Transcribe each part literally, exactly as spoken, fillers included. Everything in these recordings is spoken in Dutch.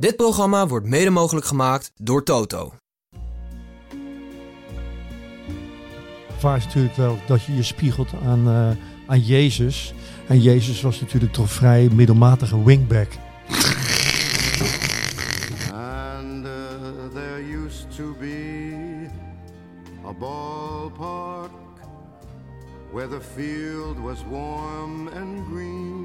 Dit programma wordt mede mogelijk gemaakt door Toto. Vaak is natuurlijk wel dat je je spiegelt aan, uh, aan Jezus. En Jezus was natuurlijk toch vrij middelmatige wingback. And uh, there used to be a ballpark where the field was warm and green.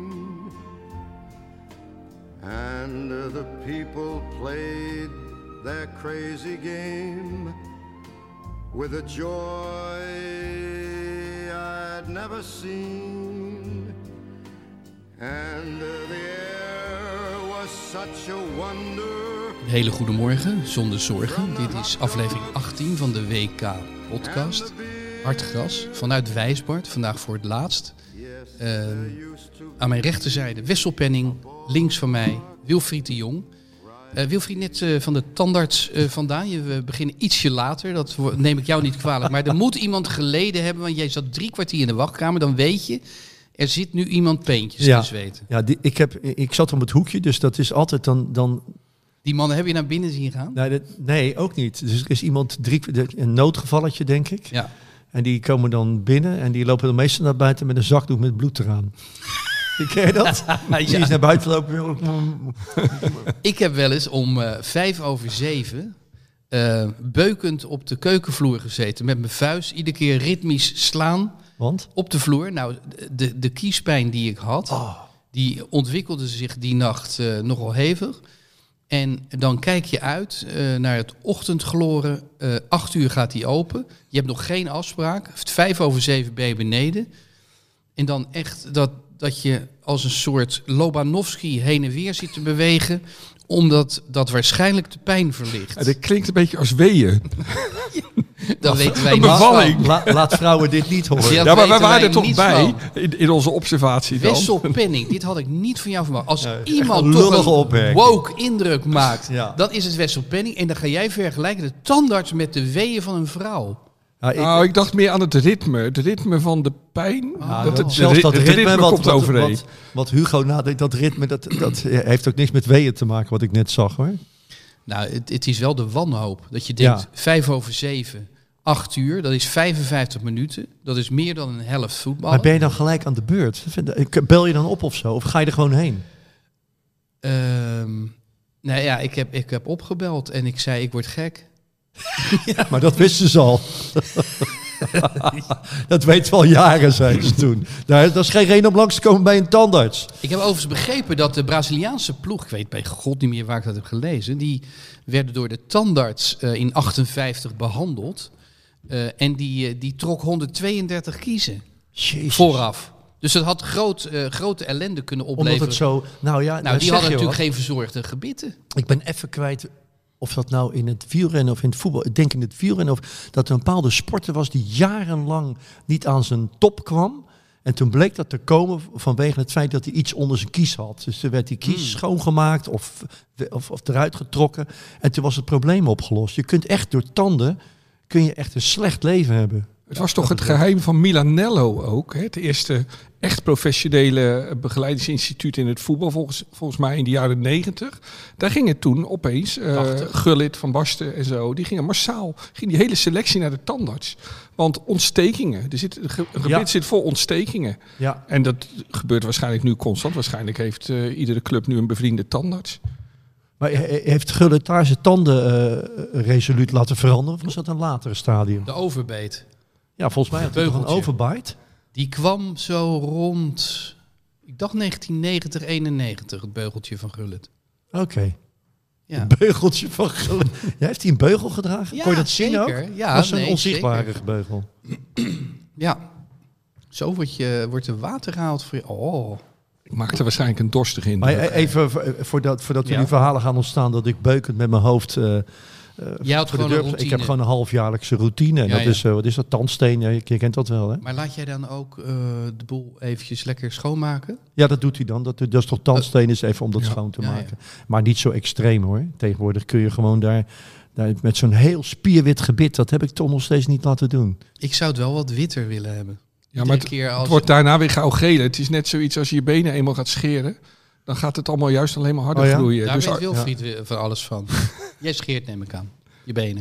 And uh, the people played their crazy game with a joy I'd never seen. And uh, the air was such a wonder. Een hele goede morgen, zonder zorgen. Dit is aflevering achttien van de W K-podcast. Hartgras, vanuit Wijsbart, vandaag voor het laatst. Uh, aan mijn rechterzijde Wessel Penning, links van mij Wilfried de Jong. Uh, Wilfried, net uh, van de tandarts uh, vandaan. Je, we beginnen ietsje later, dat neem ik jou niet kwalijk. Maar er moet iemand geleden hebben, want jij zat drie kwartier in de wachtkamer. Dan weet je, er zit nu iemand peentjes ja, te zweten. Ja, die, ik, heb, ik zat om het hoekje, dus dat is altijd dan... dan Die mannen heb je naar binnen zien gaan? Nee, dat, nee ook niet. Dus er is iemand, drie, een noodgevalletje denk ik. Ja. En die komen dan binnen en die lopen dan meestal naar buiten met een zakdoek met bloed eraan. Ken je dat? Ja. Die is naar buiten lopen. Ik heb wel eens om uh, vijf over zeven uh, beukend op de keukenvloer gezeten. Met mijn vuist iedere keer ritmisch slaan. Want? Op de vloer. Nou, de, de kiespijn die ik had, oh. die ontwikkelde zich die nacht uh, nogal hevig. En dan kijk je uit uh, naar het ochtendgloren. Uh, acht uur gaat die open. Je hebt nog geen afspraak. Vijf over zeven ben je beneden. En dan echt dat, dat je als een soort Lobanovski heen en weer zit te bewegen. Omdat dat waarschijnlijk de pijn verlicht. Ja, dat klinkt een beetje als weeën. Dan weten wij een niet bevalling. van. La, laat vrouwen dit niet horen. Ja, ja, maar wij waren er toch bij bij in, in onze observatie dan. Wessel Penning, dit had ik niet van jou verwacht. Als ja, iemand toch een opmerking. woke indruk maakt, ja. dan is het Wessel Penning. En dan ga jij vergelijken de tandarts met de weeën van een vrouw. Ja, ik, nou, ik dacht meer aan het ritme. Het ritme van de pijn. Ah, dat het, zelfs het, dat het ritme, ritme wat, komt wat, overeen. Wat, wat Hugo nadenkt, dat ritme, dat, dat heeft ook niks met weeën te maken, wat ik net zag hoor. Nou, het, het is wel de wanhoop. Dat je denkt, ja. vijf over zeven, acht uur, dat is vijfenvijftig minuten. Dat is meer dan een helft voetbal. Maar ben je dan gelijk aan de beurt? Bel je dan op of zo? Of ga je er gewoon heen? Um, nou ja, ik heb, ik heb opgebeld en ik zei, ik word gek. Ja, maar dat wisten ze al. Dat weten we al jaren, zei ze toen. Daar, dat is geen reden om langs te komen bij een tandarts. Ik heb overigens begrepen dat de Braziliaanse ploeg, ik weet bij god niet meer waar ik dat heb gelezen, die werden door de tandarts uh, in achtenvijftig behandeld. Uh, en die, uh, die trok honderdtweeëndertig kiezen. Jezus. Vooraf. Dus dat had groot, uh, grote ellende kunnen opleveren. Omdat het zo... Nou ja, nou, die hadden natuurlijk wat. geen verzorgde gebitten. Ik ben even kwijt of dat nou in het wielrennen of in het voetbal... Ik denk in het wielrennen of dat er een bepaalde sporter was die jarenlang niet aan zijn top kwam. En toen bleek dat te komen vanwege het feit dat hij iets onder zijn kies had. Dus toen werd die kies hmm. schoongemaakt of, of, of eruit getrokken. En toen was het probleem opgelost. Je kunt echt door tanden, kun je echt een slecht leven hebben. Het was toch het geheim van Milanello ook. Hè? Het eerste echt professionele begeleidingsinstituut in het voetbal, volgens, volgens mij in de jaren negentig. Daar gingen toen opeens uh, Gullit, Van Basten en zo, die gingen massaal, ging die hele selectie naar de tandarts. Want ontstekingen, er zit, een gebied ja. zit vol ontstekingen. Ja. En dat gebeurt waarschijnlijk nu constant. Waarschijnlijk heeft uh, iedere club nu een bevriende tandarts. Maar heeft Gullit daar zijn tanden uh, resoluut laten veranderen? Of was dat een latere stadium? De overbeet. Ja, volgens mij had hij toch een overbite. Die kwam zo rond, ik dacht negentien negentig, eenennegentig, het beugeltje van Gullit. Oké. Okay. Ja. Een beugeltje van Gullit. Jij heeft hij een beugel gedragen? Ja, kon je dat zeker. zien ook? Ja, was een nee, onzichtbare zeker. beugel. Ja. Zo wordt, je, wordt er water gehaald voor je. Oh. Ik maakte waarschijnlijk een dorstige indruk. Maar even voordat, voordat er ja. nu verhalen gaan ontstaan dat ik beukend met mijn hoofd... Uh, Uh, Jij had gewoon deur, een routine. Ik heb gewoon een halfjaarlijkse routine. En ja, dat ja. is, uh, wat is dat? Tandsteen, ja, je, je kent dat wel, hè? Maar laat jij dan ook uh, de boel eventjes lekker schoonmaken? Ja, dat doet hij dan. Dat, dat is toch tandsteen is even om dat ja. schoon te ja, maken. Ja. Maar niet zo extreem, hoor. Tegenwoordig kun je gewoon daar, daar met zo'n heel spierwit gebit, dat heb ik toch nog steeds niet laten doen. Ik zou het wel wat witter willen hebben. Ja, maar het, keer als het wordt daarna weer gauw geel. Het is net zoiets als je je benen eenmaal gaat scheren. dan gaat het allemaal juist alleen maar harder Oh ja? groeien. Daar Dus, weet Wilfried ja. van alles van. Jij scheert, neem ik aan. Je benen.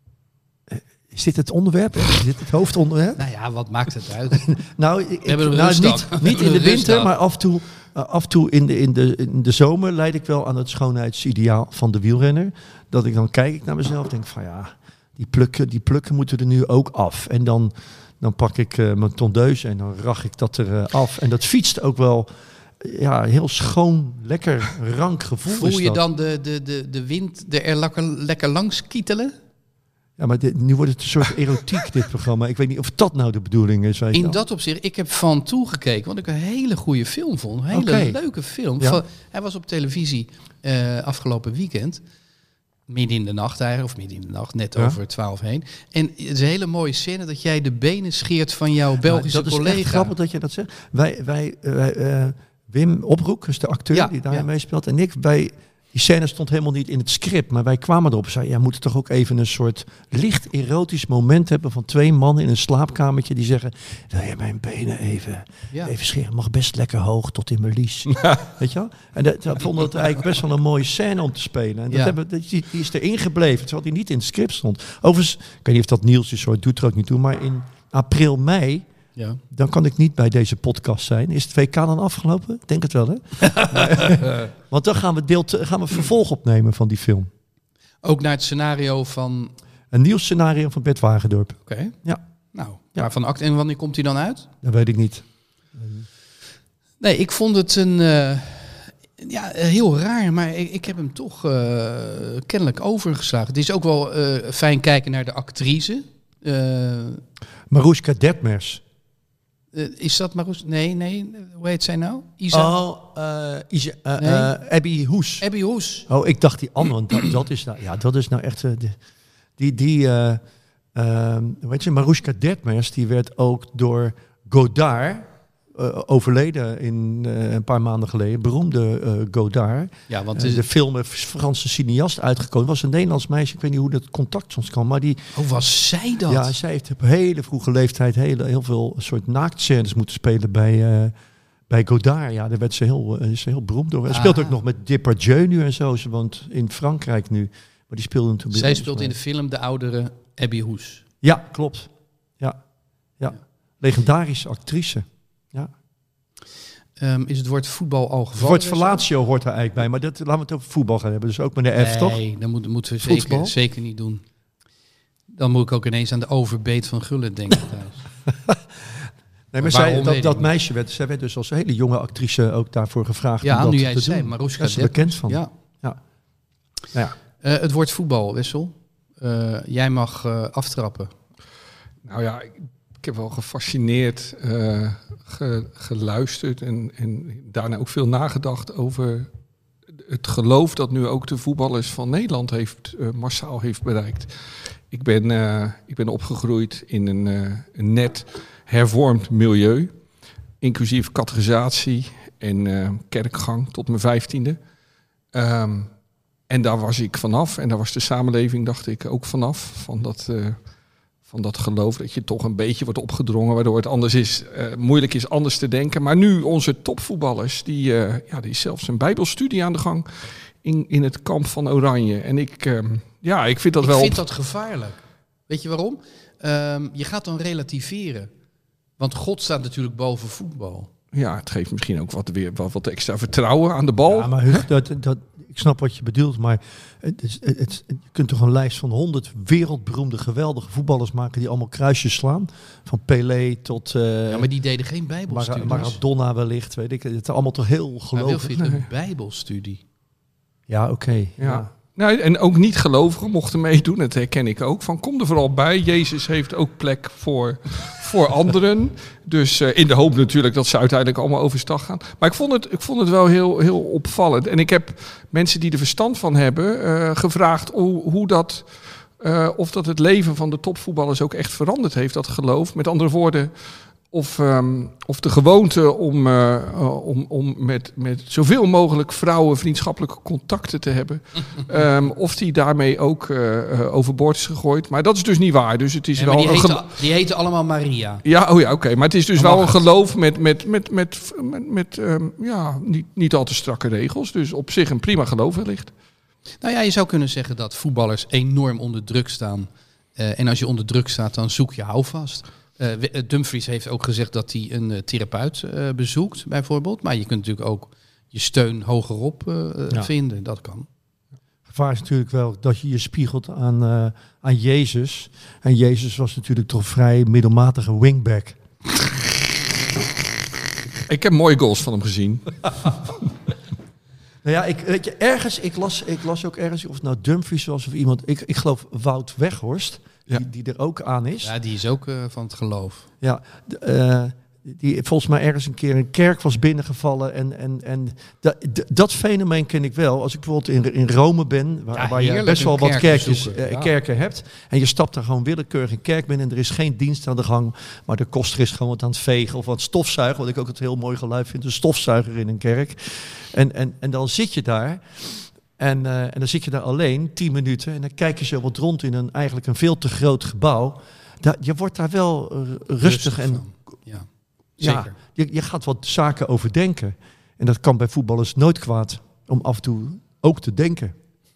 Is dit het onderwerp? Is dit het hoofdonderwerp? Nou ja, wat maakt het uit? Nou, ik, hebben een nou rustdag. niet, niet in de Een winter, rustdag. maar af en toe, uh, af en toe in, de, in, de, in de zomer leid ik wel aan het schoonheidsideaal van de wielrenner. Dat ik dan kijk ik naar mezelf en denk van ja, die plukken, die plukken moeten er nu ook af. En dan, dan pak ik uh, mijn tondeus en dan rach ik dat er uh, af. En dat fietst ook wel ja, heel schoon, lekker rank gevoel. Voel is je dat. dan de, de, de, de wind er lekker, lekker langs kietelen? Ja, maar dit, nu wordt het een soort erotiek, dit programma. Ik weet niet of dat nou de bedoeling is. Weet je In wel. dat opzicht, ik heb Van Toe gekeken, wat ik een hele goede film vond. Een hele Oké. leuke film. Ja. Van, hij was op televisie uh, afgelopen weekend. Midden in de nacht eigenlijk, of midden in de nacht, net Ja. over twaalf heen. En het is een hele mooie scène dat jij de benen scheert van jouw Nou, Belgische dat collega. is echt grappig dat je dat zegt. Wij, wij, wij uh, Wim Oproek, dus de acteur Ja, die daar ja. meespeelt, en ik, wij, die scène stond helemaal niet in het script, maar wij kwamen erop en zeiden, ja, moeten toch ook even een soort licht erotisch moment hebben van twee mannen in een slaapkamertje die zeggen, wil je mijn benen even, Ja. even scheren, mag best lekker hoog tot in mijn lies. Weet je wel? En dat, dat vonden we het eigenlijk best wel een mooie scène om te spelen. En dat Ja. hebben, dat, die, die is erin gebleven, terwijl die niet in het script stond. Overigens, ik weet niet of dat Niels is, zo doet er ook niet toe, maar in april, mei, Ja. dan kan ik niet bij deze podcast zijn. Is het W K dan afgelopen? Ik denk het wel, hè? Maar, want dan gaan we, deel te, gaan we vervolg opnemen van die film. Ook naar het scenario van... Een nieuw scenario van Bert Wagendorp. Oké. Ja. Nou, Ja. maar van act en wanneer komt hij dan uit? Dat weet ik niet. Nee, ik vond het een... eh, ja, heel raar, maar ik, ik heb hem toch eh, kennelijk overgeslagen. Het is ook wel eh, fijn kijken naar de actrice. Eh, Maruška Detmers. eh, is dat Marus? Nee, nee. Hoe heet zij nou? Isa? Oh, uh, Isa, uh, Nee. uh, Abby Hoes. Abby Hoes. Oh, ik dacht die andere. Want dat, dat is nou, ja, dat is nou echt uh, de, die die. Uh, uh, weet je, Maruška Detmers, die werd ook door Godard uh, overleden in uh, een paar maanden geleden. Beroemde uh, Godard. Ja, want Uh, het de is, film uh, Franse cineast uitgekomen. Het was een Nederlands meisje. Ik weet niet hoe dat contact soms kwam, maar die. hoe was zij dat? Ja, zij heeft op hele vroege leeftijd hele, heel veel soort naaktscènes moeten spelen bij, uh, bij Godard. Ja, daar werd ze heel, uh, is ze heel beroemd door. Ze speelt Ah. ook nog met Depardieu nu en zo. Ze woont in Frankrijk nu. Maar die speelde toen bij zij ons, speelt maar- in de film de oudere Abby Hoes. Ja, klopt. Ja. ja. Legendarische actrice. Ja. Um, is het woord voetbal al Het gevallen? woord Verlatio hoort er eigenlijk bij. Maar dat, laten we het over voetbal gaan hebben. Dus ook meneer F, toch? Nee, dat moet, moeten we Voetbal? zeker, zeker niet doen. Dan moet ik ook ineens aan de overbeet van Gullit denken thuis. Nee, maar waarom zij, weet dat, ik dat niet. meisje werd, zij werd dus als hele jonge actrice ook daarvoor gevraagd. Ja, om dat nu te jij het zei, doen. Maruška Daar is ze Detmers. bekend van. Ja. Ja. Ja. Uh, het woord voetbal, Wessel. Uh, jij mag uh, aftrappen. Nou ja, ik, ik heb wel gefascineerd uh, ge, geluisterd en, en daarna ook veel nagedacht over het geloof dat nu ook de voetballers van Nederland heeft, uh, massaal heeft bereikt. Ik ben, uh, ik ben opgegroeid in een, uh, een net hervormd milieu, inclusief categorisatie en uh, kerkgang tot mijn vijftiende. Um, en daar was ik vanaf en daar was de samenleving, dacht ik, ook vanaf. Van dat, uh, van dat geloof dat je toch een beetje wordt opgedrongen, waardoor het anders is, uh, moeilijk is anders te denken. Maar nu onze topvoetballers, die, uh, ja, die is zelfs een bijbelstudie aan de gang in, in het kamp van Oranje. En ik, um, ja, ik vind dat ik wel... vind dat gevaarlijk. Weet je waarom? Um, je gaat dan relativeren. Want God staat natuurlijk boven voetbal. Ja, het geeft misschien ook wat, weer, wat, wat extra vertrouwen aan de bal. Ja, maar Huug, dat, dat, ik snap wat je bedoelt, maar het is, het, het, je kunt toch een lijst van honderd wereldberoemde, geweldige voetballers maken die allemaal kruisjes slaan. Van Pelé tot uh, Ja, maar die deden geen bijbelstudies. Mar- Maradona wellicht, weet ik. Het is allemaal toch heel Maar gelovig. Wilfried, een bijbelstudie. Ja, oké. Okay, Ja. ja. Nou, en ook niet-gelovigen mochten meedoen, dat herken ik ook. Van kom er vooral bij, Jezus heeft ook plek voor, voor anderen. Dus uh, in de hoop natuurlijk dat ze uiteindelijk allemaal overstag gaan. Maar ik vond het, ik vond het wel heel, heel opvallend. En ik heb mensen die er verstand van hebben uh, gevraagd hoe, hoe dat, uh, of dat het leven van de topvoetballers ook echt veranderd heeft, dat geloof. Met andere woorden, of, um, of de gewoonte om, uh, uh, om, om met, met zoveel mogelijk vrouwen vriendschappelijke contacten te hebben. um, of die daarmee ook uh, uh, overboord is gegooid. Maar dat is dus niet waar. Dus het is ja, wel die, een heten, gelo- die heten allemaal Maria. Ja, oh ja, oké. Okay. Maar het is dus Dan wel een mag het. geloof met, met, met, met, met, met um, ja, niet, niet al te strakke regels. Dus op zich een prima geloof wellicht. Nou ja, je zou kunnen zeggen dat voetballers enorm onder druk staan. Uh, en als je onder druk staat, dan zoek je houvast. Uh, Dumfries heeft ook gezegd dat hij een uh, therapeut uh, bezoekt, bijvoorbeeld. Maar je kunt natuurlijk ook je steun hogerop uh, ja. vinden. Dat kan. Gevaar is natuurlijk wel dat je je spiegelt aan, uh, aan Jezus. En Jezus was natuurlijk toch vrij middelmatige wingback. Ik heb mooie goals van hem gezien. Nou ja, ik, weet je, ergens, ik las, ik las ook ergens, of het nou Dumfries was of iemand, ik, ik geloof Wout Weghorst, ja. die, die er ook aan is. Ja, die is ook uh, van het geloof. Ja, uh, die volgens mij ergens een keer een kerk was binnengevallen. En, en, en da, d, dat fenomeen ken ik wel. Als ik bijvoorbeeld in, in Rome ben, waar, ja, waar je best wel wat kerkjes, uh, ja. kerken hebt. En je stapt daar gewoon willekeurig een kerk binnen en er is geen dienst aan de gang. Maar de koster is gewoon wat aan het vegen of wat stofzuigen. Wat ik ook het heel mooi geluid vind, een stofzuiger in een kerk. En, en, en dan zit je daar. En, uh, en dan zit je daar alleen, tien minuten. En dan kijk je zo wat rond in een eigenlijk een veel te groot gebouw. Da, je wordt daar wel uh, rustig, rustig en... Ja. Ja, Zeker. je, je gaat wat zaken overdenken. En dat kan bij voetballers nooit kwaad. Om af en toe ook te denken.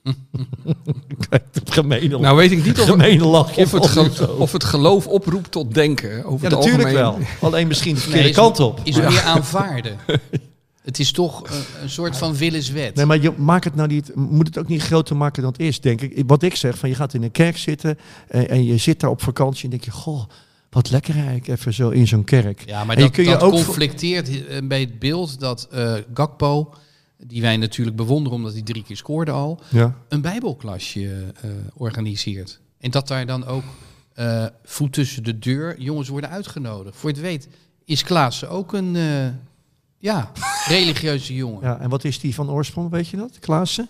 Kijk, het gemene, nou weet ik niet of, gemene lachje of, het ge, of het geloof oproept tot denken. Over ja, het natuurlijk algemeen. wel. Alleen misschien de verkeerde nee, kant op. Is het meer aanvaarden. Het is toch een, een soort van willenswet. Nee, maar je maakt het nou niet, moet het ook niet groter maken dan het is, denk ik. Wat ik zeg, van je gaat in een kerk zitten en, en je zit daar op vakantie en denk je, goh, wat lekker eigenlijk even zo in zo'n kerk. Ja, maar en dat, kun je dat ook conflicteert vo- bij het beeld dat uh, Gakpo, die wij natuurlijk bewonderen omdat hij drie keer scoorde al, ja. een bijbelklasje uh, organiseert. En dat daar dan ook uh, voet tussen de deur jongens worden uitgenodigd. Voor je het weet is Klaassen ook een uh, ja, religieuze jongen. Ja, en wat is die van oorsprong, weet je dat, Klaassen?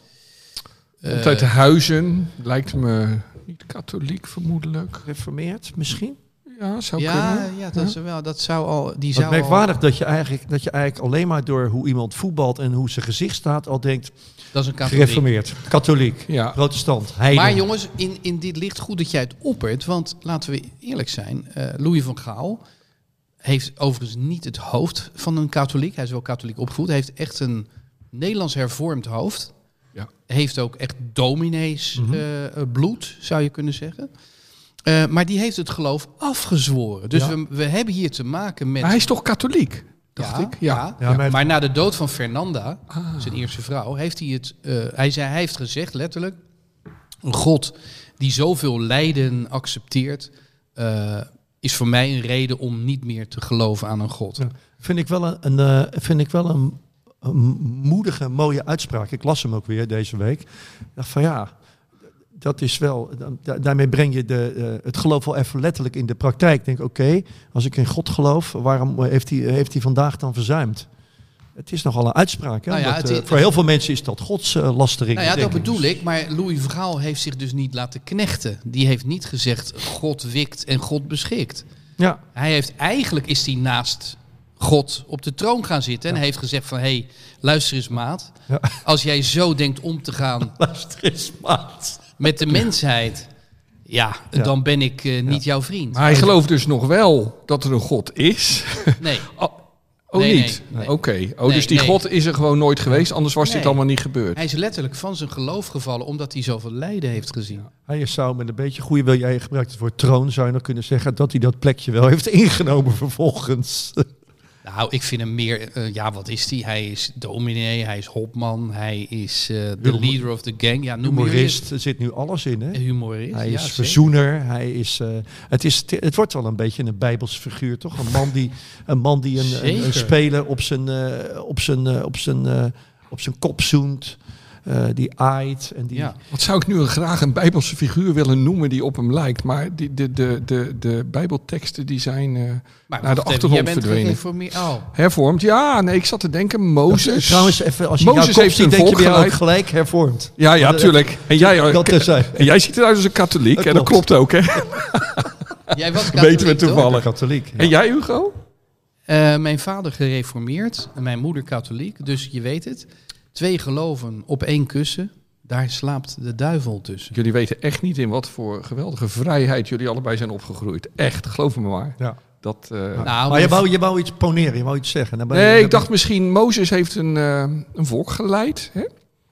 Uh, uit de Huizen, lijkt me niet katholiek vermoedelijk. Gereformeerd misschien? Ja, zou ja, kunnen. Ja, dat, ja. Is wel, dat zou al... Die Wat zou merkwaardig al... dat je, eigenlijk, dat je eigenlijk alleen maar door hoe iemand voetbalt en hoe zijn gezicht staat al denkt, dat is een katholiek. Gereformeerd, katholiek, ja. Protestant, heiden. Maar jongens, in, in dit licht goed dat jij het oppert, want laten we eerlijk zijn, uh, Louis van Gaal heeft overigens niet het hoofd van een katholiek. Hij is wel katholiek opgevoed. Hij heeft echt een Nederlands hervormd hoofd. Ja. Heeft ook echt dominees Mm-hmm. uh, bloed, zou je kunnen zeggen. Uh, maar die heeft het geloof afgezworen. Dus ja. we, we hebben hier te maken met... Maar hij is toch katholiek, dacht ja, ik? Ja. ja, ja, ja. maar, maar na de dood van Fernanda, ah. zijn eerste vrouw, heeft hij het... Uh, hij, zei, hij heeft gezegd, letterlijk, een God die zoveel lijden accepteert, Uh, is voor mij een reden om niet meer te geloven aan een God. Ja. Vind ik wel een, een, uh, vind ik wel een, een moedige, mooie uitspraak. Ik las hem ook weer deze week. Ik dacht van ja, dat is wel, da- daarmee breng je de, uh, het geloof wel even letterlijk in de praktijk. Ik denk, oké, okay, als ik in God geloof, waarom heeft hij, heeft hij vandaag dan verzuimd? Het is nogal een uitspraak. Hè? Nou ja, Omdat, is, uh, voor heel veel mensen is dat godslastering. Nou ja, dat ik. bedoel ik. Maar Louis van Gaal heeft zich dus niet laten knechten. Die heeft niet gezegd, God wikt en God beschikt. Ja. Hij heeft, eigenlijk is hij naast God op de troon gaan zitten. En ja. heeft gezegd van, hé, hey, luister eens maat. Ja. Als jij zo denkt om te gaan luister eens maat. met de mensheid, ja, ja. dan ben ik uh, niet ja. jouw vriend. Maar hij gelooft dus nog wel dat er een God is. Nee. oh. Oh, nee, niet? Nee, nee. Oké. Okay. Oh, nee, dus die nee. God is er gewoon nooit geweest, anders was nee. dit allemaal niet gebeurd. Hij is letterlijk van zijn geloof gevallen, omdat hij zoveel lijden heeft gezien. Ja. Hij zou met een beetje goede wil, jij gebruikt het woord troon, zou je nog kunnen zeggen dat hij dat plekje wel heeft ingenomen vervolgens. Nou, ik vind hem meer, uh, ja, wat is hij? Hij is dominee, hij is hopman, hij is uh, de Humor- leader of the gang. Ja, noem humorist, er zit nu alles in, hè? Humorist, hij ja, is zeker. verzoener, hij is, uh, het is, het wordt wel een beetje een bijbelse figuur, toch? Een man die, een man die een, een, een speler op zijn, uh, op zijn, uh, op zijn, uh, op zijn kop zoent. Uh, die aait en die... Ja. Wat zou ik nu graag een bijbelse figuur willen noemen die op hem lijkt. Maar die, de, de, de, de bijbelteksten die zijn uh, naar de achtergrond verdwenen. Oh. Hervormd? Ja, nee, ik zat te denken, Mozes. Dat, trouwens, even, als je Mozes heeft ziet, een denk volk je weer geleid. ook gelijk hervormd. Ja, ja, tuurlijk. En jij, dat en jij ziet eruit als een katholiek. Dat en dat klopt ook, hè? Jij was katholiek, weten we toevallig. Katholiek. Ja. En jij, Hugo? Uh, mijn vader gereformeerd en mijn moeder katholiek. Dus je weet het. Twee geloven op één kussen. Daar slaapt de duivel tussen. Jullie weten echt niet in wat voor geweldige vrijheid jullie allebei zijn opgegroeid. Echt, geloof me maar. Ja. Dat, uh... nou, maar je wou, je wou iets poneren, je wou iets zeggen. Dan ben je, nee, dan ik dacht ben... misschien Mozes heeft een, uh, een volk geleid. Hè?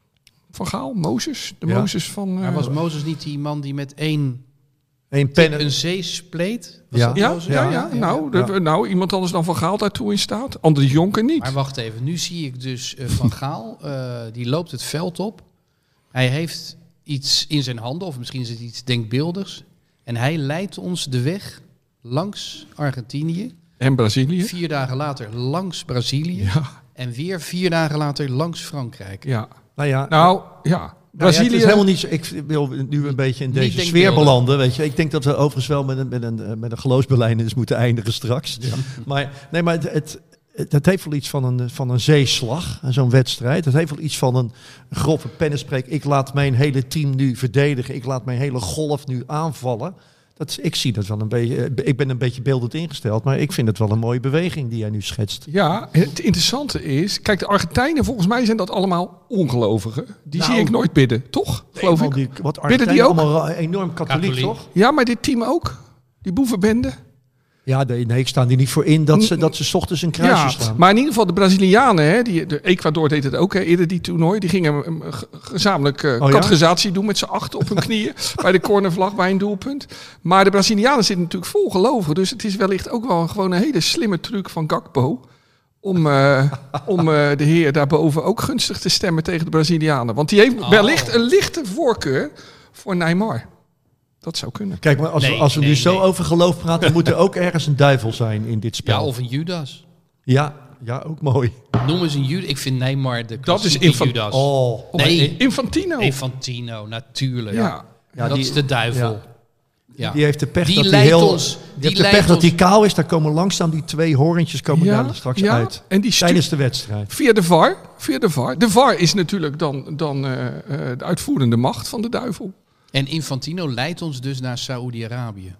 Van Gaal, Mozes. De ja. Mozes van... Uh... Maar was Mozes niet die man die met één... Een, pen... een zee spleet? Was ja. dat Ja, Mozes? ja, ja, ja. Nou, de, ja. nou, iemand anders dan Van Gaal daartoe in staat. Andries Jonker niet. Maar wacht even, nu zie ik dus uh, Van Gaal. Uh, die loopt het veld op. Hij heeft iets in zijn handen, of misschien is het iets denkbeeldigs. En hij leidt ons de weg langs Argentinië. En Brazilië. Vier dagen later langs Brazilië. Ja. En weer vier dagen later langs Frankrijk. Ja. Nou ja, nou, ja. Brazilië. Nou ja, het is helemaal niet zo, ik wil nu een beetje in deze sfeer belanden. Weet je. Ik denk dat we overigens wel met een, met een, met een geloofsbelijdenis moeten eindigen straks. Ja. Maar, nee, maar het, het, het, het heeft wel iets van een, van een zeeslag, zo'n wedstrijd. Het heeft wel iets van een grove pennenspreek. Ik laat mijn hele team nu verdedigen. Ik laat mijn hele golf nu aanvallen. Dat, ik zie dat wel een beetje. Ik ben een beetje beeldend ingesteld, maar ik vind het wel een mooie beweging die jij nu schetst. Ja, het interessante is, kijk, de Argentijnen, volgens mij zijn dat allemaal ongelovigen. Die nou, zie ik nooit bidden, toch? Geloof nee, ik. Die, wat Argentijnen die ook? Allemaal enorm katholiek, katholiek, toch? Ja, maar dit team ook. Die boevenbende. Ja, nee, nee, ik sta er niet voor in dat ze, dat ze 's ochtends een kruisje ja, slaan. Maar in ieder geval de Brazilianen, hè, die, de Ecuador deed het ook, hè, eerder die toernooi. Die gingen um, gezamenlijk uh, oh, categorisatie ja? doen met z'n acht op hun knieën. Bij de cornervlag, bij een doelpunt. Maar de Brazilianen zitten natuurlijk vol geloven. Dus het is wellicht ook wel gewoon een hele slimme truc van Gakpo. Om, uh, om uh, de heer daarboven ook gunstig te stemmen tegen de Brazilianen. Want die heeft oh. wellicht een lichte voorkeur voor Neymar. Dat zou kunnen. Kijk, maar als, nee, we, als we nee, nu nee. zo over geloof praten, moet er ook ergens een duivel zijn in dit spel. Ja, of een Judas. Ja, ja, ook mooi. Noem eens een Judas. Ik vind Neymar de dat is infant- Judas. Oh. Nee, Infantino. Infantino, natuurlijk. Ja. Ja. Ja, dat die, is de duivel. Ja. Ja. Die heeft de pech die dat hij heel. Ons, die heeft de pech dat hij kaal is. Daar komen langzaam die twee hoorntjes komen ja, daar straks ja. uit. En die stu- tijdens de wedstrijd. Via de V A R. Via de V A R. De V A R is natuurlijk dan, dan uh, uh, de uitvoerende macht van de duivel. En Infantino leidt ons dus naar Saoedi-Arabië.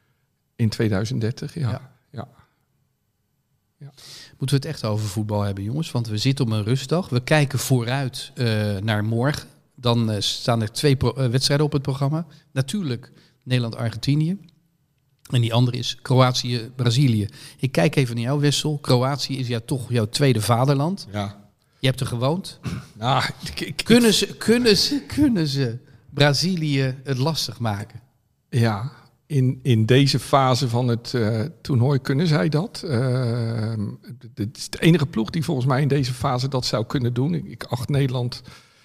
In tweeduizend dertig, ja. Ja. ja. ja. Moeten we het echt over voetbal hebben, jongens? Want we zitten op een rustdag. We kijken vooruit uh, naar morgen. Dan uh, staan er twee pro- uh, wedstrijden op het programma. Natuurlijk Nederland-Argentinië. En die andere is Kroatië-Brazilië. Ik kijk even naar jou, Wessel. Kroatië is ja toch jouw tweede vaderland. Ja. Je hebt er gewoond. Nou, ik, ik, kunnen, ze, kunnen, ze, kunnen ze Brazilië het lastig maken? Ja, in, in deze fase van het uh, toernooi kunnen zij dat. Uh, het is de enige ploeg die volgens mij in deze fase dat zou kunnen doen. Ik, ik acht Nederland...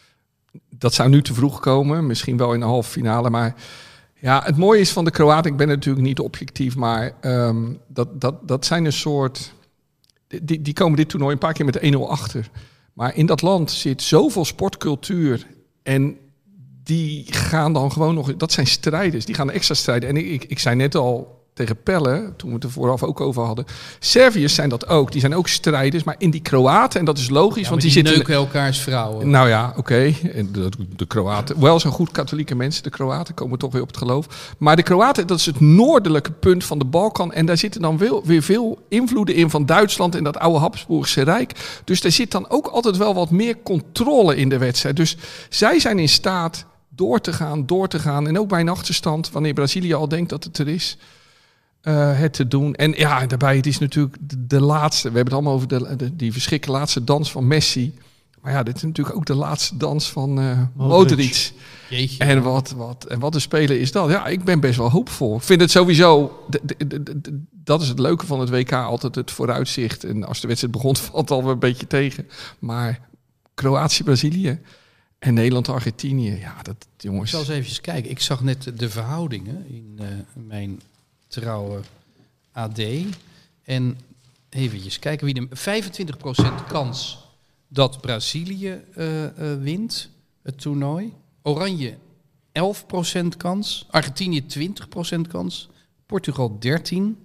Dat zou nu te vroeg komen, misschien wel in de halve finale. Maar ja, het mooie is van de Kroaten, ik ben natuurlijk niet objectief, maar um, dat, dat, dat zijn een soort... Die, die komen dit toernooi een paar keer met één nul achter. Maar in dat land zit zoveel sportcultuur en die gaan dan gewoon nog... Dat zijn strijders, die gaan extra strijden. En ik, ik, ik zei net al tegen Pelle, toen we het er vooraf ook over hadden... Serviërs zijn dat ook, die zijn ook strijders. Maar in die Kroaten, en dat is logisch... Ja, want die, die neuken zitten elkaars vrouwen. Nou ja, oké. Okay. De, de Kroaten, wel zo'n goed katholieke mensen. De Kroaten komen toch weer op het geloof. Maar de Kroaten, dat is het noordelijke punt van de Balkan. En daar zitten dan wel, weer veel invloeden in van Duitsland en dat oude Habsburgse Rijk. Dus daar zit dan ook altijd wel wat meer controle in de wedstrijd. Dus zij zijn in staat door te gaan, door te gaan. En ook bij een achterstand, wanneer Brazilië al denkt dat het er is... Uh, het te doen. En ja, daarbij, het is natuurlijk de, de laatste... We hebben het allemaal over de, de, die verschrikkelijke laatste dans van Messi. Maar ja, dit is natuurlijk ook de laatste dans van uh, Modric. Jeetje. En wat, wat, en wat een speler is dat? Ja, ik ben best wel hoopvol. Ik vind het sowieso... De, de, de, de, de, dat is het leuke van het W K, altijd het vooruitzicht. En als de wedstrijd begon, valt het alweer een beetje tegen. Maar Kroatië-Brazilië en Nederland-Argentinië... Ja, dat jongens... Ik zal eens even kijken. Ik zag net de verhoudingen in uh, mijn... trouwe A D. En eventjes kijken wie de vijfentwintig procent kans dat Brazilië uh, uh, wint het toernooi. Oranje elf procent kans. Argentinië twintig procent kans. Portugal dertien.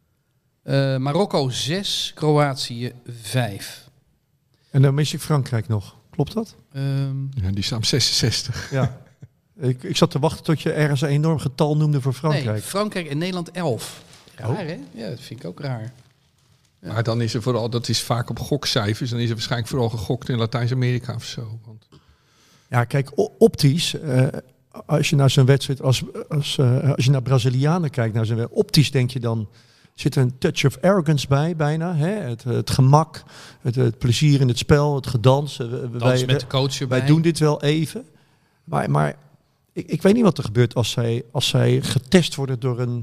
Uh, Marokko zes. Kroatië vijf. En dan mis ik Frankrijk nog. Klopt dat? Um, ja, die staan zesenzestig. Ja. Ik, ik zat te wachten tot je ergens een enorm getal noemde voor Frankrijk. Nee, Frankrijk en Nederland elf. Raar, oh. hè? Ja, dat vind ik ook raar. Ja. Maar dan is er vooral, dat is vaak op gokcijfers, dan is er waarschijnlijk vooral gegokt in Latijns-Amerika of zo. Want... Ja, kijk, o- optisch, uh, als je naar zo'n wedstrijd, als, als, uh, als je naar Brazilianen kijkt, naar zo'n wedstrijd, optisch denk je dan, zit er een touch of arrogance bij bijna. Hè? Het, het gemak, het, het plezier in het spel, het gedans. Uh, Dans wij, met de coach erbij. wij doen dit wel even. Maar, maar ik, ik weet niet wat er gebeurt als zij, als zij getest worden door een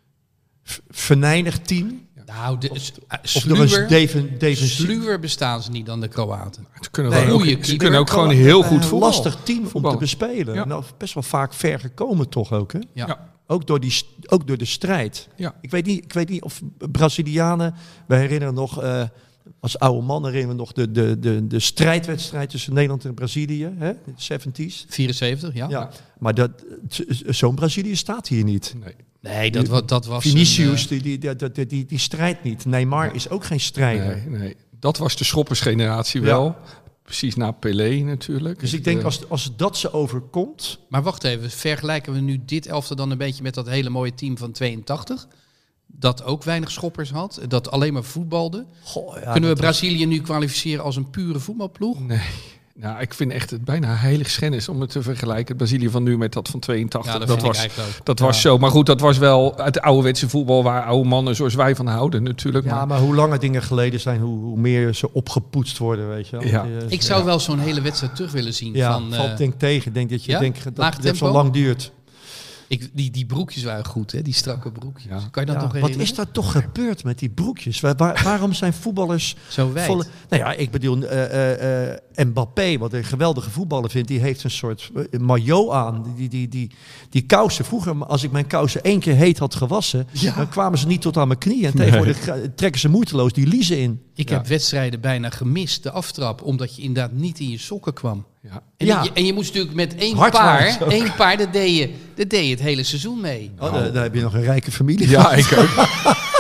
v- venijnig team. Nou, de, Of, uh, of door een sluwer, defen, defensief. sluwer bestaan ze niet dan de Kroaten. Ze kunnen, Nee, gewoon ook, goeie ze keeper. kunnen ook gewoon heel goed Een voetballen. lastig team om Voetballen. te bespelen. Ja. Nou, best wel vaak ver gekomen toch ook, hè? Ja. Ja. Ook door, die, st- ook door de strijd. Ja. Ik, weet niet, ik weet niet of Brazilianen... We herinneren nog, uh, als oude man herinneren we nog de, de, de, de strijdwedstrijd tussen Nederland en Brazilië. Hè? De zeventies. vierenzeventig, ja. Ja. Maar dat, zo'n Brazilië staat hier niet. Nee. Nee, dat, wa- dat was... Vinicius, een, uh, die, die, die, die, die, die strijdt niet. Neymar is ook geen strijder. Nee, nee. Dat was de schoppersgeneratie wel. Ja. Precies na Pelé natuurlijk. Dus ik denk, Eh, als, als dat ze overkomt... Maar wacht even, vergelijken we nu dit elftal dan een beetje met dat hele mooie team van tweeëntachtig? Dat ook weinig schoppers had, dat alleen maar voetbalde. Goh, ja, Kunnen we dat was- Brazilië nu kwalificeren als een pure voetbalploeg? Nee. Nou, ik vind echt het bijna heilig schennis om het te vergelijken. Het Brazilië van nu met dat van tweeëntachtig. Ja, dat, dat vind was, ik eigenlijk ook. dat was zo. Maar goed, dat was wel het ouderwetse voetbal waar oude mannen zoals wij van houden natuurlijk. Ja, maar, maar hoe langer dingen geleden zijn, hoe, hoe meer ze opgepoetst worden, weet je wel. Ja. Die, eh, Ik zou wel zo'n hele wedstrijd terug willen zien. Ja, van, eh, valt denk ik tegen. Ik denk dat je ja? denkt dat Laag dat het zo tempo? lang duurt. ik, die, die broekjes waren goed, hè? Die strakke broekjes. Ja. Kan je dat Ja, nog wat herinneren? is daar toch gebeurd met die broekjes? Waar, waar- waarom zijn voetballers... Zo wijd. volle- nou ja, ik bedoel, eh, eh, eh, Mbappé, wat een geweldige voetballer vindt, die heeft een soort eh, maillot aan. Die, die, die, die, die kousen, vroeger, als ik mijn kousen één keer heet had gewassen, Ja. dan kwamen ze niet tot aan mijn knieën. En tegenwoordig ga- trekken ze moeiteloos die liezen in. Ik Ja. heb wedstrijden bijna gemist, de aftrap, omdat je inderdaad niet in je sokken kwam. ja. En, Ja. je, en je moest natuurlijk met één Hardwarmers paar, ook. één paar, dat deed je, dat deed je het hele seizoen mee. Oh, daar, daar heb je nog een rijke familie. Ja, ik ook.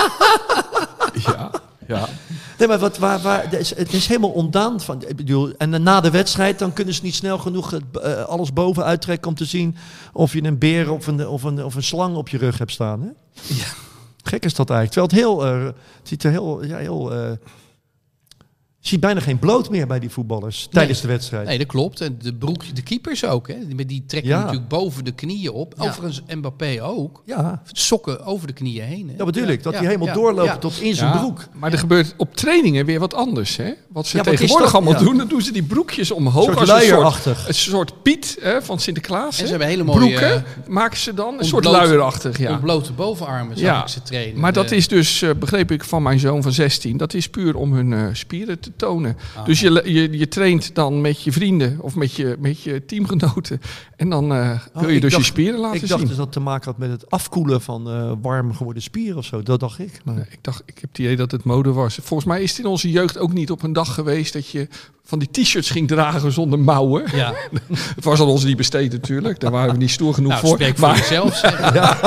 ja, ja. Nee, maar wat, waar, waar, het, is, het is helemaal ontdaan. Van, ik bedoel, en dan na de wedstrijd dan kunnen ze niet snel genoeg het, eh, alles boven uittrekken om te zien of je een beer of een, of een, of een slang op je rug hebt staan. Hè? Ja. Gek is dat eigenlijk. Terwijl het heel, eh, het ziet er heel, ja, heel eh, je ziet bijna geen bloot meer bij die voetballers tijdens de wedstrijd. Nee, dat klopt. En de broek, de keepers ook, hè? Die, die trekken Ja. natuurlijk boven de knieën op. Ja. Overigens Mbappé ook. Ja, Sokken over de knieën heen. Hè? dat bedoel ik. Dat Ja, die helemaal ja, doorlopen ja. tot in zijn Ja, broek. Maar er gebeurt op trainingen weer wat anders. Hè? Wat ze Ja, wat is tegenwoordig dat? allemaal Ja. doen, dan doen ze die broekjes omhoog. Een soort als een soort, luierachtig. een soort Piet hè, van Sinterklaas. En hè. ze hebben hele mooie broeken eh, maken ze dan. Een soort ontbloot- luierachtig. Ja. ontblote bovenarmen, zag Ja. ik ze trainen. Maar dat Eh, is dus, eh, begreep ik van mijn zoon van zestien, dat is puur om hun eh, spieren te tonen. Dus je, je, je traint dan met je vrienden of met je, met je teamgenoten. En dan eh, Oh, wil je ik dus dacht- je spieren laten Ik dacht zien. dus dat het te maken had met het afkoelen van eh, warm geworden spieren of zo. Dat dacht ik. Maar... Nee, ik dacht, ik heb het idee dat het mode was. Volgens mij is het in onze jeugd ook niet op een dag geweest dat je van die t-shirts ging dragen zonder mouwen. Ja. Het was aan ons niet besteed natuurlijk. Daar waren we niet stoer genoeg Nou, voor. spreek voor Maar jezelf. Zeg.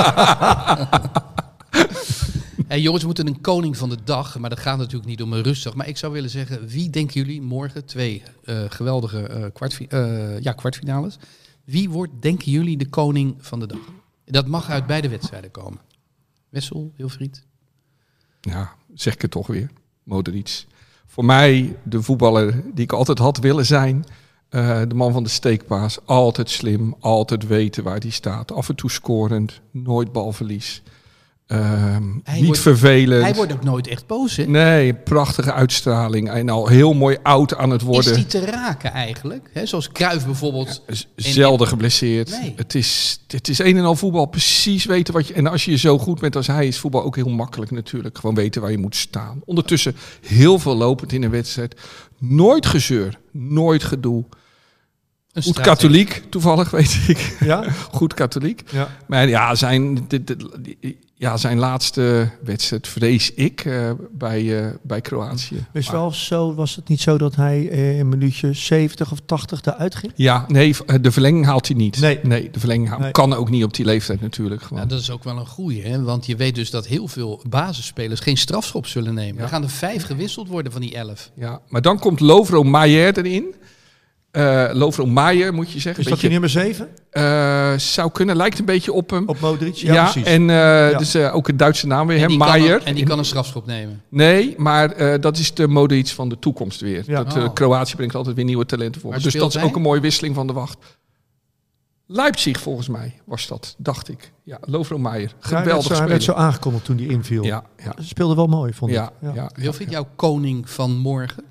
Hey, jongens, we moeten een koning van de dag, maar dat gaat natuurlijk niet om een rustig. Maar ik zou willen zeggen, wie denken jullie morgen twee eh, geweldige eh, kwartfi- eh, ja, kwartfinales? Wie wordt, denken jullie, de koning van de dag? Dat mag uit beide wedstrijden komen. Wessel, Wilfried. ja, zeg ik het toch weer. Modric. Voor mij de voetballer die ik altijd had willen zijn. Eh, de man van de steekpaas. Altijd slim, altijd weten waar hij staat. Af en toe scorend, nooit balverlies. Ehm, Hij niet wordt- vervelend. Hij wordt ook nooit echt boos, hè? Nee, prachtige uitstraling. En al heel mooi oud aan het Is worden. die te raken eigenlijk? Hè, zoals Cruijff bijvoorbeeld. Z- Zelden geblesseerd. Nee. Het, is, het is een en al voetbal. Precies weten wat je... En als je zo goed bent als hij, is voetbal ook heel makkelijk natuurlijk. Gewoon weten waar je moet staan. Ondertussen heel veel lopend in een wedstrijd. Nooit gezeur. Nooit gedoe. Een Goed strateg. katholiek, toevallig weet ik. Ja? Goed katholiek. Ja. Maar ja, zijn, dit, dit- ja, zijn laatste wedstrijd vrees ik eh, bij, uh, bij Kroatië. Is Maar- wel zo, was het niet zo dat hij eh, in minuutje zeventig of tachtig eruit ging? Ja, nee, de verlenging haalt hij niet. Nee. nee de verlenging haalt, Nee. kan ook niet op die leeftijd natuurlijk. Gewoon. Ja, dat is ook wel een goeie, hè? Want je weet dus dat heel veel basisspelers geen strafschop zullen nemen. Ja. Er gaan er vijf gewisseld worden van die elf. Ja, maar dan komt Lovro Maier erin. Uh, Lovro Maier, moet je zeggen. Is dat je nummer zeven? Uh, zou kunnen, lijkt een beetje op hem. Op Modric? Ja, ja precies. En uh, ja. dus uh, ook een Duitse naam weer, en Maier. En die kan een strafschop nemen. Nee, maar uh, dat is de Modric van de toekomst weer. Ja. Dat, uh, oh. Kroatië brengt altijd weer nieuwe talenten voor. Maar Dus dat is hij? ook een mooie wisseling van de wacht. Leipzig volgens mij was dat, dacht ik. Ja, Lovro Maier. Geweldig ja, speler. Hij werd zo aangekondigd toen hij inviel. Ja, ja. Ze speelde wel mooi, vond ja, ik. Ja. Ja, Wilfried, ja, jouw koning van morgen?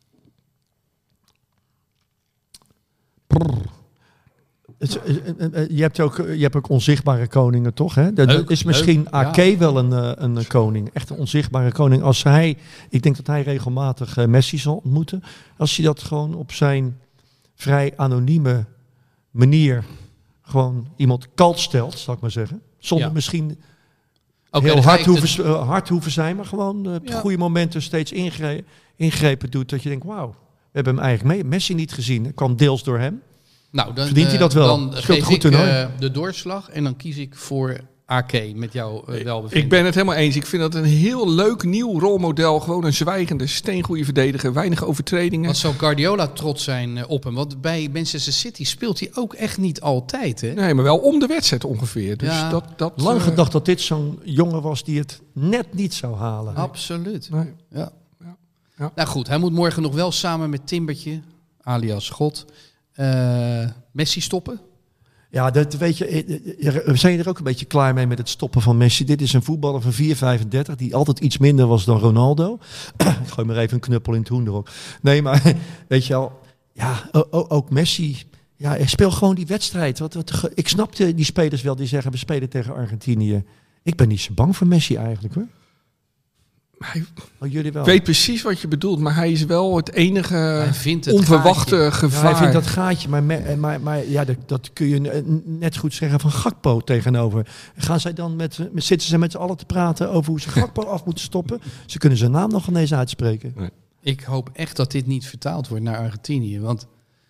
Het, je, hebt ook, je hebt ook onzichtbare koningen, toch? Hè? Dat Leuk, is misschien leuk, A K ja. wel een, een, een koning. Echt een onzichtbare koning. Als hij, ik denk dat hij regelmatig uh, Messi zal ontmoeten. Als hij dat gewoon op zijn vrij anonieme manier gewoon iemand kalt stelt, zal ik maar zeggen. Zonder Ja. misschien Okay, heel dan ga hard ik hoeven, de- uh, hard hoeven zijn, maar gewoon uh, op Ja. goede momenten steeds ingre- ingrepen doet. Dat je denkt, wauw, we hebben hem eigenlijk mee, Messi niet gezien. Het kwam deels door hem. Nou, dan, Verdient hij eh, dat wel? Dan Speelt geef een goed ik toernooi. uh, de doorslag en dan kies ik voor A K met jouw uh, welbevinden. Ik ben het helemaal eens. Ik vind dat een heel leuk nieuw rolmodel. Gewoon een zwijgende, steengoede verdediger. Weinig overtredingen. Wat zou Guardiola trots zijn uh, op hem? Want bij Manchester City speelt hij ook echt niet altijd, hè? Nee, maar wel om de wedstrijd ongeveer. Dus Ja. dat, dat, Lang uh, gedacht dat dit zo'n jongen was die het net niet zou halen. Absoluut. Nee. Ja. Ja. Ja. Nou goed, hij moet morgen nog wel samen met Timbertje, alias God, uh, Messi stoppen. Ja, dat weet je, we zijn er ook een beetje klaar mee met het stoppen van Messi. Dit is een voetballer van vier vijfendertig die altijd iets minder was dan Ronaldo. Ik gooi maar even een knuppel in het hoen erop. Nee, maar weet je wel, ja, ook Messi, ja, hij speelt gewoon die wedstrijd. Wat, wat, ik snapte die spelers wel die zeggen, we spelen tegen Argentinië. Ik ben niet zo bang voor Messi eigenlijk, hoor. Hij Oh, jullie wel. weet precies wat je bedoelt, maar hij is wel het enige Hij vindt het onverwachte gaatje. Ja, gevaar. hij vindt dat gaatje, maar, me- maar, maar ja, dat, dat kun je net goed zeggen van Gakpo tegenover. Gaan zij dan met, met zitten ze met z'n allen te praten over hoe ze Gakpo af moeten stoppen? Ze kunnen zijn naam nog ineens uitspreken. Ik hoop echt dat dit niet vertaald wordt naar Argentinië. Want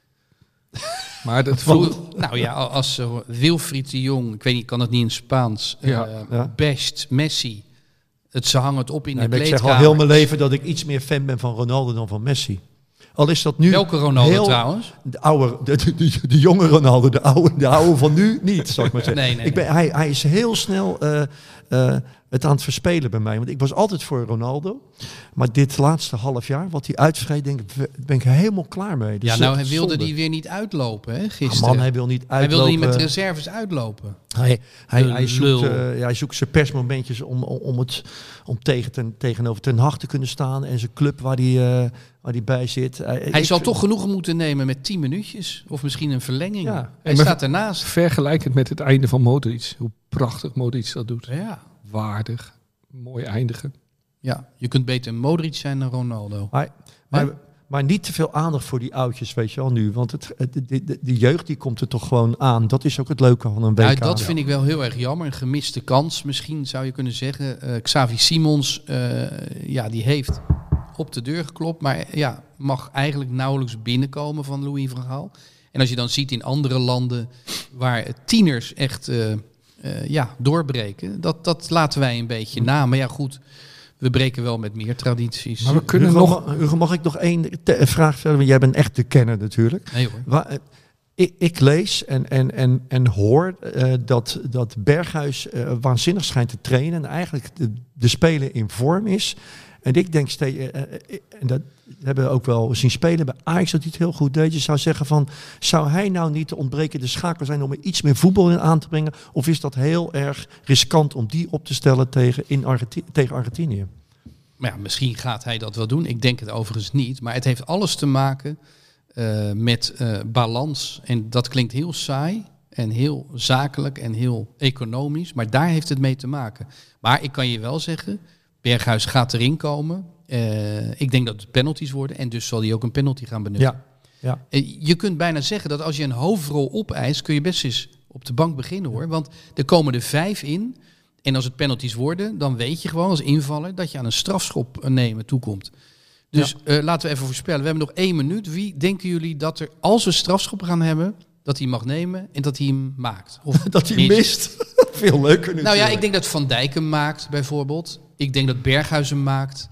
Maar dat Vroeger- voelt... nou ja, als uh, Wilfried de Jong, ik weet niet, kan het niet in Spaans, uh, Ja, ja. basht Messi. Het, ze hangen het op in Nee, de maar ik zeg al kleedkamer. heel mijn leven dat ik iets meer fan ben van Ronaldo dan van Messi. Al is dat nu Welke Ronaldo heel- trouwens? de oude, de, de, de, de jonge Ronaldo, de oude, de oude van nu niet, zal ik maar zeggen. Nee, nee, ik ben, nee. hij, hij is heel snel uh, uh, het aan het verspelen bij mij. Want ik was altijd voor Ronaldo. Maar dit laatste half jaar, wat hij uitvreet, denk ik, ben ik helemaal klaar mee. Dus Ja, nou, hij dat is wilde zonde. die weer niet uitlopen, hè, Ah, gisteren. man, hij wil niet hij uitlopen. wilde niet met reserves uitlopen. Hij, hij, De hij, zoekt, lul. uh, ja, hij zoekt zijn persmomentjes om, om, om, het, om tegen ten, tegenover Ten Hag te kunnen staan. En zijn club waar hij, uh, waar hij bij zit. Uh, Hij ik zal vind- toch genoegen moeten nemen met tien minuutjes. Of misschien een verlenging. Ja. Hij En maar- staat ernaast. Vergelijkend met het einde van Modric. Hoe prachtig Modric dat doet. Ja. Waardig. Mooi eindigen. ja, je kunt beter Modric zijn dan Ronaldo. Maar, maar, maar niet te veel aandacht voor die oudjes, weet je wel nu. Want het, het, de, de, de jeugd die komt er toch gewoon aan. Dat is ook het leuke van een W K. Nou, dat vind ik wel heel erg jammer. Een gemiste kans misschien zou je kunnen zeggen. Uh, Xavi Simons, uh, ja, die heeft op de deur geklopt. Maar ja, mag eigenlijk nauwelijks binnenkomen van Louis van Gaal. En als je dan ziet in andere landen waar tieners echt uh, uh, ja, doorbreken. Dat, dat laten wij een beetje na. Maar ja, goed. We breken wel met meer tradities. Maar we kunnen Hugo, nog... mag, Hugo, mag ik nog één te- vraag stellen? Want jij bent echt de kenner natuurlijk. Nee hoor. Waar, eh, ik, ik lees en, en, en, en hoor uh, dat, dat Berghuis uh, waanzinnig schijnt te trainen. En eigenlijk de, de speler in vorm is. En ik denk steeds, uh, uh, en dat hebben we ook wel zien spelen bij Ajax, dat hij het heel goed deed. Je zou zeggen van, zou hij nou niet de ontbrekende schakel zijn om er iets meer voetbal in aan te brengen? Of is dat heel erg riskant om die op te stellen tegen, in Argenti- tegen Argentinië? Maar ja, misschien gaat hij dat wel doen. Ik denk het overigens niet. Maar het heeft alles te maken uh, met uh, balans. En dat klinkt heel saai en heel zakelijk en heel economisch. Maar daar heeft het mee te maken. Maar ik kan je wel zeggen, Berghuis gaat erin komen. Uh, ik denk dat het penalties worden. En dus zal hij ook een penalty gaan benutten. Ja. Ja. Je kunt bijna zeggen dat als je een hoofdrol opeist, kun je best eens op de bank beginnen hoor. Want er komen er vijf in. En als het penalties worden, dan weet je gewoon als invaller dat je aan een strafschop nemen toekomt. Dus ja. uh, laten we even voorspellen. We hebben nog één minuut. Wie denken jullie dat er, als we strafschop gaan hebben, dat hij mag nemen en dat hij hem maakt? Of dat hij mist. mist. Veel leuker natuurlijk. Nou ja, ik denk dat Van Dijk hem maakt bijvoorbeeld. Ik denk dat Berghuis hem maakt.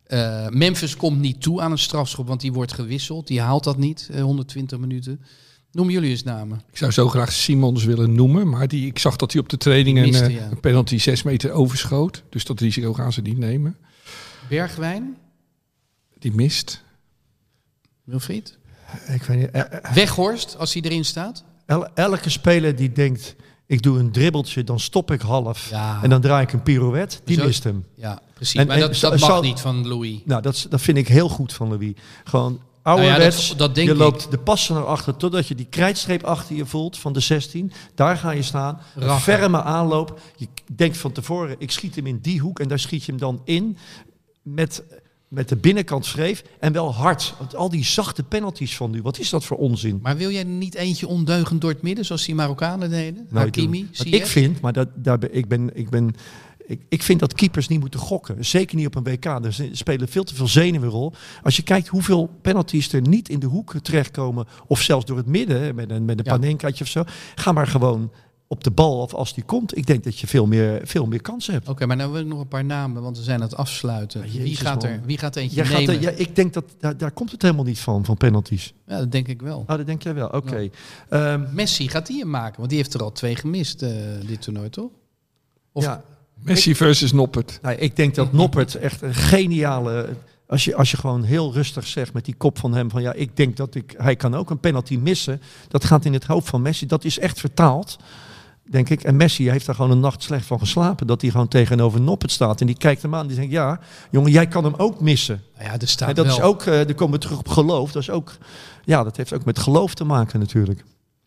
Uh, Memphis komt niet toe aan een strafschop, want die wordt gewisseld. Die haalt dat niet, uh, honderdtwintig minuten. Noem jullie eens namen. Ik zou zo graag Simons willen noemen, maar die, ik zag dat hij op de training een, Miste, uh, ja. een penalty zes meter overschoot. Dus dat risico gaan ze niet nemen. Bergwijn? Die mist. Wilfried? Ik weet niet, uh, uh, Weghorst, als hij erin staat? el- elke speler die denkt, ik doe een dribbeltje, dan stop ik half. Ja. En dan draai ik een pirouette, die Zo- mist hem. Ja, precies. En- maar en dat, zo- dat mag zal- niet van Louis. Nou, dat, is- dat vind ik heel goed van Louis. Gewoon ouderwets, Nou ja, dat- dat denk je ik. loopt de passen naar achter totdat je die krijtstreep achter je voelt van de zestien. Daar ga je staan. Een Rachen. ferme aanloop. Je denkt van tevoren, ik schiet hem in die hoek en daar schiet je hem dan in met, met de binnenkant schreef en wel hard. Want al die zachte penalties van nu, wat is dat voor onzin? Maar wil jij niet eentje ondeugend door het midden, zoals die Marokkanen deden? Nou, Hakimi, ik doe- wat Ziyech? ik vind, maar dat, daar ben, ik ben... Ik ben Ik, ik vind dat keepers niet moeten gokken. Zeker niet op een W K. Er z- spelen veel te veel zenuwen een rol. Als je kijkt hoeveel penalties er niet in de hoek terechtkomen. Of zelfs door het midden. hè, Met een, met een Ja. panenkaatje of zo. Ga maar gewoon op de bal of als die komt. Ik denk dat je veel meer, veel meer kansen hebt. Oké, maar nou wil ik nog een paar namen, want we zijn aan het afsluiten. Ja, wie, jezus, gaat er, man. wie gaat er eentje Jij gaat, nemen? er- ja, ik denk dat daar, daar komt het helemaal niet van, van penalties. Ja, dat denk ik wel. Oh, dat denk jij wel. Oké. Ehm, Messi, gaat die hem maken? Want die heeft er al twee gemist, uh, dit toernooi, toch? Of- ja, Messi versus Noppert. nou, ik denk dat Noppert echt een geniale... Als je, als je gewoon heel rustig zegt met die kop van hem van ja, ik denk dat ik, hij kan ook een penalty missen. Dat gaat in het hoofd van Messi. Dat is echt vertaald, denk ik. En Messi heeft daar gewoon een nacht slecht van geslapen. Dat hij gewoon tegenover Noppert staat. En die kijkt hem aan. Die zegt ja, jongen, jij kan hem ook missen. Nou ja, er staat En dat wel. is ook, uh, dan komen we terug op geloof. Dat is ook, ja, dat heeft ook met geloof te maken natuurlijk.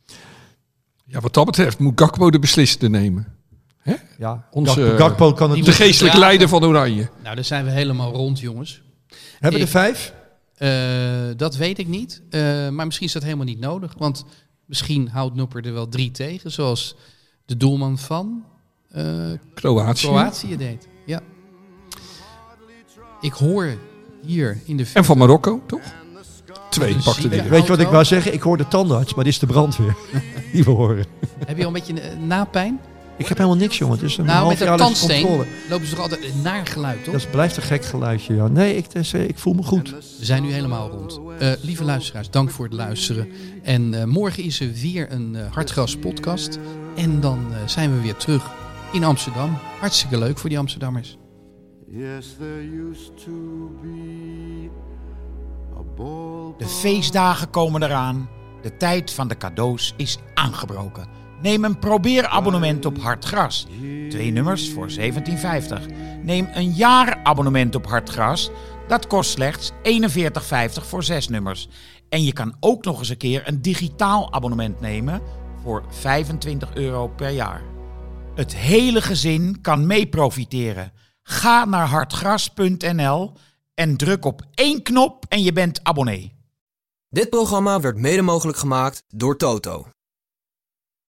Ja, wat dat betreft moet Gakpo de beslissende nemen. Ja, Onze, Gakpo, Gakpo kan het. die De moet geestelijke gedragen. leider van Oranje. Nou, daar zijn we helemaal rond, jongens. Hebben we ik- er vijf? Uh, dat weet ik niet. Uh, maar misschien is dat helemaal niet nodig. Want misschien houdt Noppert er wel drie tegen. Zoals de doelman van uh, Kroatië. Kroatië deed. Ja. Ik hoor hier in de... En van Marokko, toch? Twee Dus pakte zie die. je- Weet je wat ik auto. wou zeggen? Ik hoor de tandarts, maar dit is de brandweer. Die we horen. Heb je al een beetje uh, napijn? Ik heb helemaal niks, jongen. Het is een Nou, half met een jaar tandsteen controle. lopen ze toch altijd een naar geluid, toch? Dat blijft een gek geluidje, ja. Nee, ik, dus, eh, ik voel me goed. We zijn nu helemaal rond. Uh, lieve luisteraars, dank voor het luisteren. En uh, morgen is er weer een uh, Hartgras podcast. En dan uh, zijn we weer terug in Amsterdam. Hartstikke leuk voor die Amsterdammers. Yes, there used to be a ball. De feestdagen komen eraan. De tijd van de cadeaus is aangebroken. Neem een probeerabonnement op Hartgras. Twee nummers voor zeventien vijftig. Neem een jaarabonnement op Hartgras. Dat kost slechts eenenveertig vijftig voor zes nummers. En je kan ook nog eens een keer een digitaal abonnement nemen voor vijfentwintig euro per jaar. Het hele gezin kan mee profiteren. Ga naar hartgras punt n l en druk op één knop en je bent abonnee. Dit programma werd mede mogelijk gemaakt door Toto.